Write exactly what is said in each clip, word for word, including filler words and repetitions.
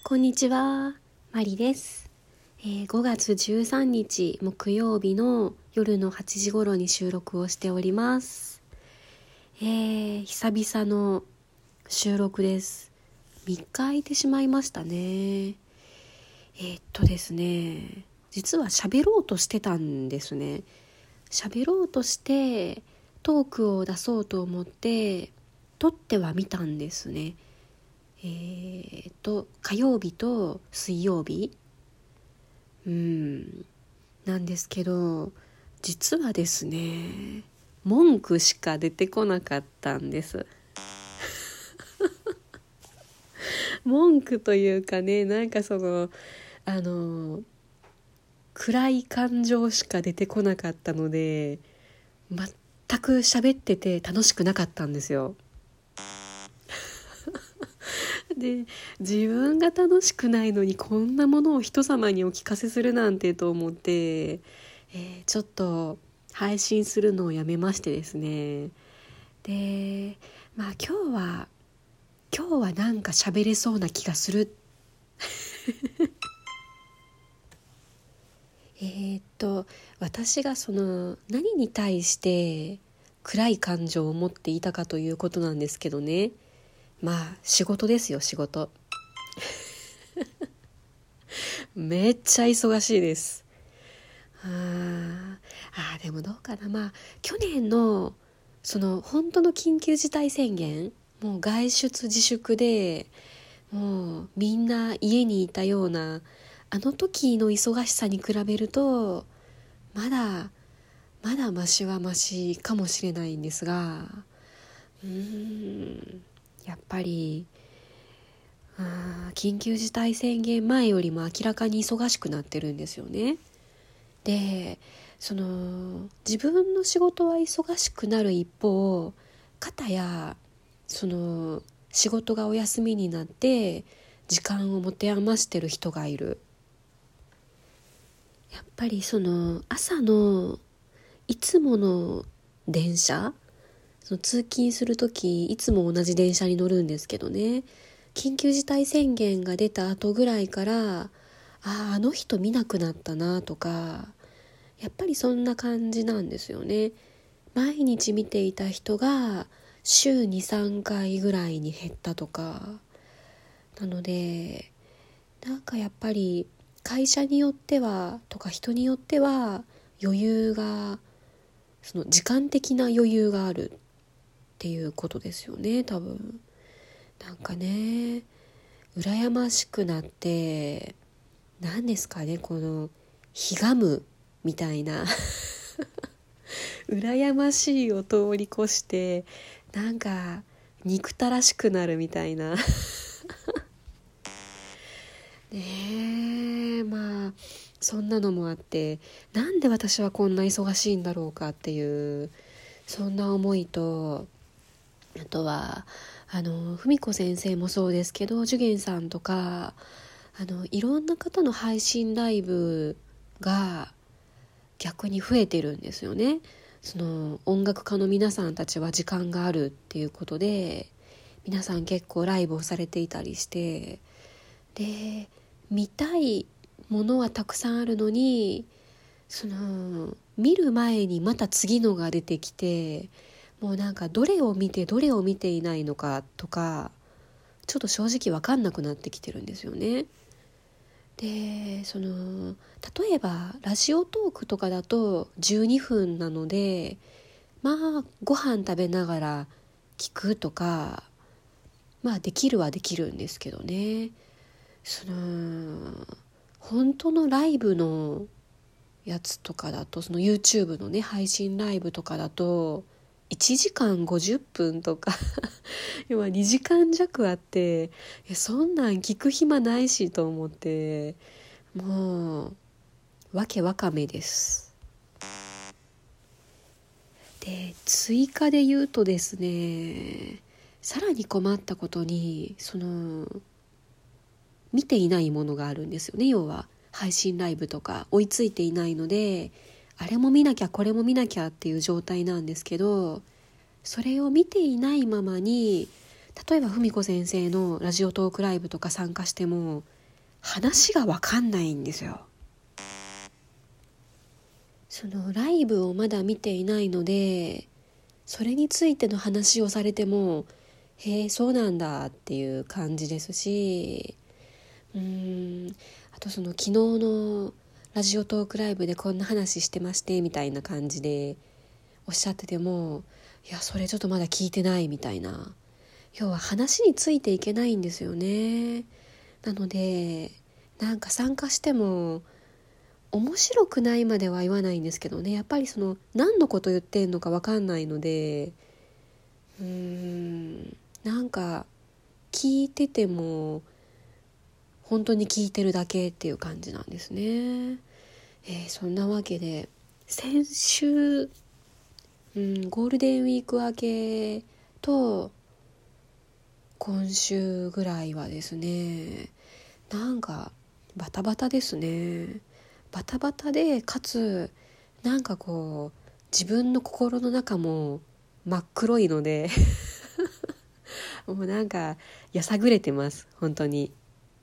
こんにちは、マリです、えー、ごがつじゅうさんにち木曜日の夜のはちじ頃に収録をしております。えー、久々の収録です。みっか空いてしまいましたね。えー、っとですね実は喋ろうとしてたんですね。喋ろうとしてトークを出そうと思って撮ってはみたんですね。えー、と火曜日と水曜日うんなんですけど、実はですね文句しか出てこなかったんです。文句というかね、なんかそのあの暗い感情しか出てこなかったので、全く喋ってて楽しくなかったんですよ。で、自分が楽しくないのにこんなものを人様にお聞かせするなんてと思って、えー、ちょっと配信するのをやめましてですね。で、まあ今日は今日はなんか喋れそうな気がする。えーっと私がその何に対して暗い感情を持っていたかということなんですけどね。まあ仕事ですよ、仕事。めっちゃ忙しいです。あーあーでもどうかな。まあ去年のその本当の緊急事態宣言、もう外出自粛でもうみんな家にいたようなあの時の忙しさに比べるとまだまだマシはマシかもしれないんですが、うーんやっぱりあ緊急事態宣言前よりも明らかに忙しくなってるんですよね。で、その自分の仕事は忙しくなる一方、片やその仕事がお休みになって時間を持て余してる人がいる。やっぱりその朝のいつもの電車、その通勤するときいつも同じ電車に乗るんですけどね、緊急事態宣言が出た後ぐらいからあああの人見なくなったなとか、やっぱりそんな感じなんですよね。毎日見ていた人が週に、さんかいぐらいに減ったとか。なのでなんかやっぱり会社によってはとか人によっては余裕が、その時間的な余裕があるっていうことですよね、多分。なんかね羨ましくなって、何ですかね、このひがむみたいな羨ましいを通り越してなんか憎たらしくなるみたいなねえ、まあそんなのもあって、なんで私はこんな忙しいんだろうかっていう、そんな思いと、あとはあの文子先生もそうですけど、ジュゲンさんとかあのいろんな方の配信ライブが逆に増えてるんですよね。その音楽家の皆さんたちは時間があるっていうことで皆さん結構ライブをされていたりして、で見たいものはたくさんあるのに、その見る前にまた次のが出てきて、もうなんかどれを見てどれを見ていないのかとかちょっと正直分かんなくなってきてるんですよね。で、その例えばラジオトークとかだとじゅうにふんなので、まあご飯食べながら聞くとか、まあできるはできるんですけどね。その本当のライブのやつとかだと、その YouTube のね配信ライブとかだといちじかんごじゅっぷんとか要はにじかん弱あって、そんなん聞く暇ないしと思って、もうわけわかめです。で、追加で言うとですね、さらに困ったことに、その見ていないものがあるんですよね。要は配信ライブとか追いついていないので、あれも見なきゃこれも見なきゃっていう状態なんですけど、それを見ていないままに例えば文子先生のラジオトークライブとか参加しても話が分かんないんですよ。そのライブをまだ見ていないので、それについての話をされてもへえそうなんだっていう感じですし、うーんあとその昨日のラジオトークライブでこんな話してましてみたいな感じでおっしゃってても、いやそれちょっとまだ聞いてないみたいな、要は話についていけないんですよね。なのでなんか参加しても面白くないまでは言わないんですけどね、やっぱりその何のこと言ってんのか分かんないので、うーんなんか聞いてても本当に聞いてるだけっていう感じなんですね。えー、そんなわけで先週、うん、ゴールデンウィーク明けと今週ぐらいはですね、なんかバタバタですね。バタバタでかつなんかこう自分の心の中も真っ黒いのでもうなんかやさぐれてます本当に。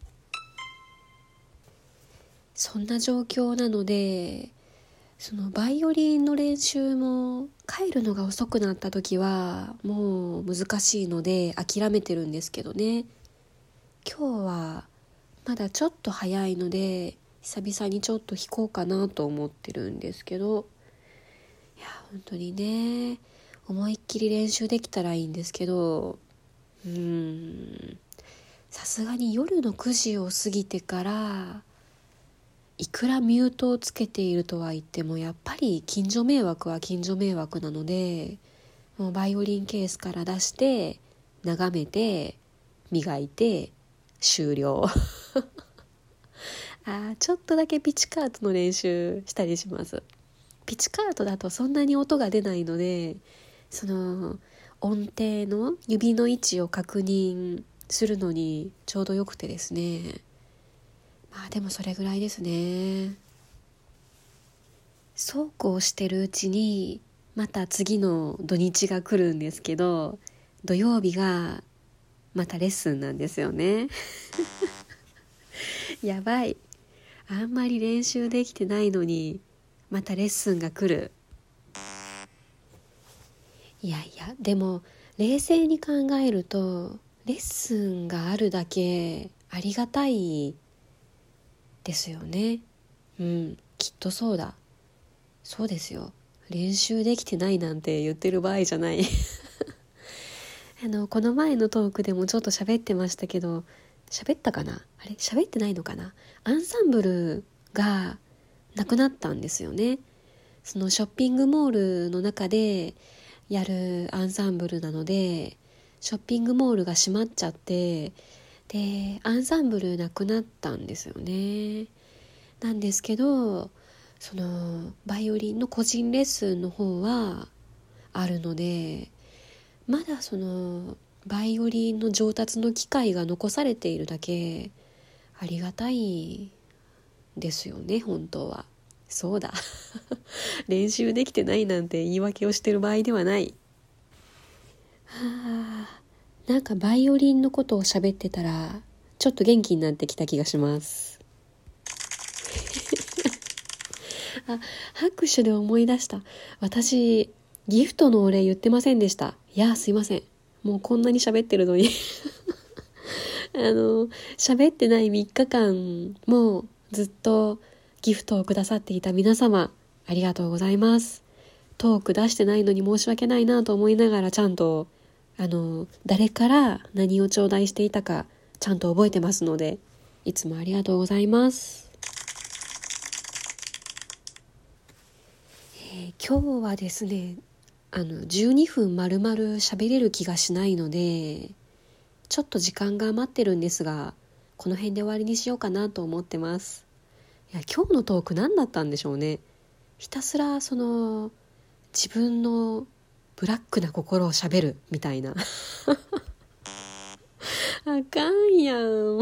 そんな状況なので、そのバイオリンの練習も帰るのが遅くなった時はもう難しいので諦めてるんですけどね。今日はまだちょっと早いので久々にちょっと弾こうかなと思ってるんですけど、いや本当にね思いっきり練習できたらいいんですけど、うーんさすがに夜のくじを過ぎてからいくらミュートをつけているとは言ってもやっぱり近所迷惑は近所迷惑なので、もうバイオリンケースから出して眺めて磨いて終了あちょっとだけピチカートの練習したりします。ピチカートだとそんなに音が出ないので、その音程の指の位置を確認するのにちょうどよくてですね。まあでもそれぐらいですね。そうこうしてるうちにまた次の土日が来るんですけど、土曜日がまたレッスンなんですよねやばい、あんまり練習できてないのにまたレッスンが来る。いやいやでも冷静に考えるとレッスンがあるだけありがたいですよね。うんきっとそうだ、そうですよ。練習できてないなんて言ってる場合じゃないあのこの前のトークでもちょっと喋ってましたけど、喋ったかな、あれ喋ってないのかな、アンサンブルがなくなったんですよね。そのショッピングモールの中でやるアンサンブルなので、ショッピングモールが閉まっちゃって、でアンサンブルなくなったんですよね。なんですけどそのバイオリンの個人レッスンの方はあるので、まだそのバイオリンの上達の機会が残されているだけありがたいですよね本当は。そうだ練習できてないなんて言い訳をしてる場合ではない。はあ、なんかバイオリンのことを喋ってたらちょっと元気になってきた気がしますあ、拍手で思い出した。私ギフトのお礼言ってませんでした。いやすいません、もうこんなに喋ってるのにあの喋ってないみっかかんもずっとギフトをくださっていた皆様ありがとうございます。トーク出してないのに申し訳ないなと思いながらちゃんとあの誰から何を頂戴していたかちゃんと覚えてますので、いつもありがとうございます。えー、今日はですねあのじゅうにふん丸々喋れる気がしないのでちょっと時間が余ってるんですが、この辺で終わりにしようかなと思ってます。いや今日のトーク何だったんでしょうね。ひたすらその自分のブラックな心を喋るみたいなあかんやん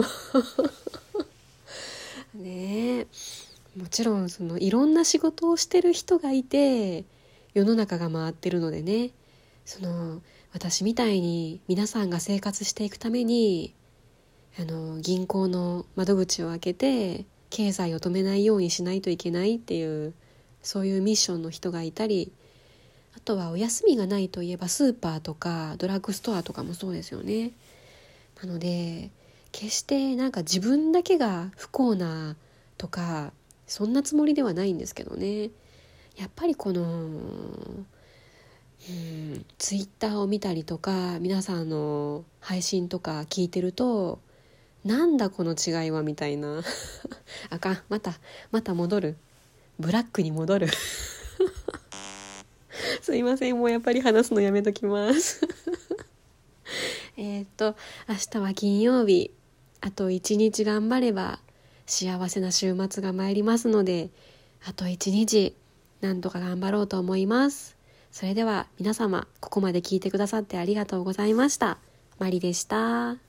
ねえ、もちろんそのいろんな仕事をしてる人がいて世の中が回ってるのでね、 その私みたいに皆さんが生活していくためにあの銀行の窓口を開けて経済を止めないようにしないといけないっていうそういうミッションの人がいたり、あとはお休みがないといえばスーパーとかドラッグストアとかもそうですよね。なので決してなんか自分だけが不幸なとかそんなつもりではないんですけどね。やっぱりこの、うん、ツイッターを見たりとか皆さんの配信とか聞いてると、なんだこの違いはみたいなあかん、またまた戻る、ブラックに戻るすいません、もうやっぱり話すのやめときますえっと明日は金曜日、あと一日頑張れば幸せな週末が参りますので、あと一日なんとか頑張ろうと思います。それでは皆様、ここまで聞いてくださってありがとうございました。マリでした。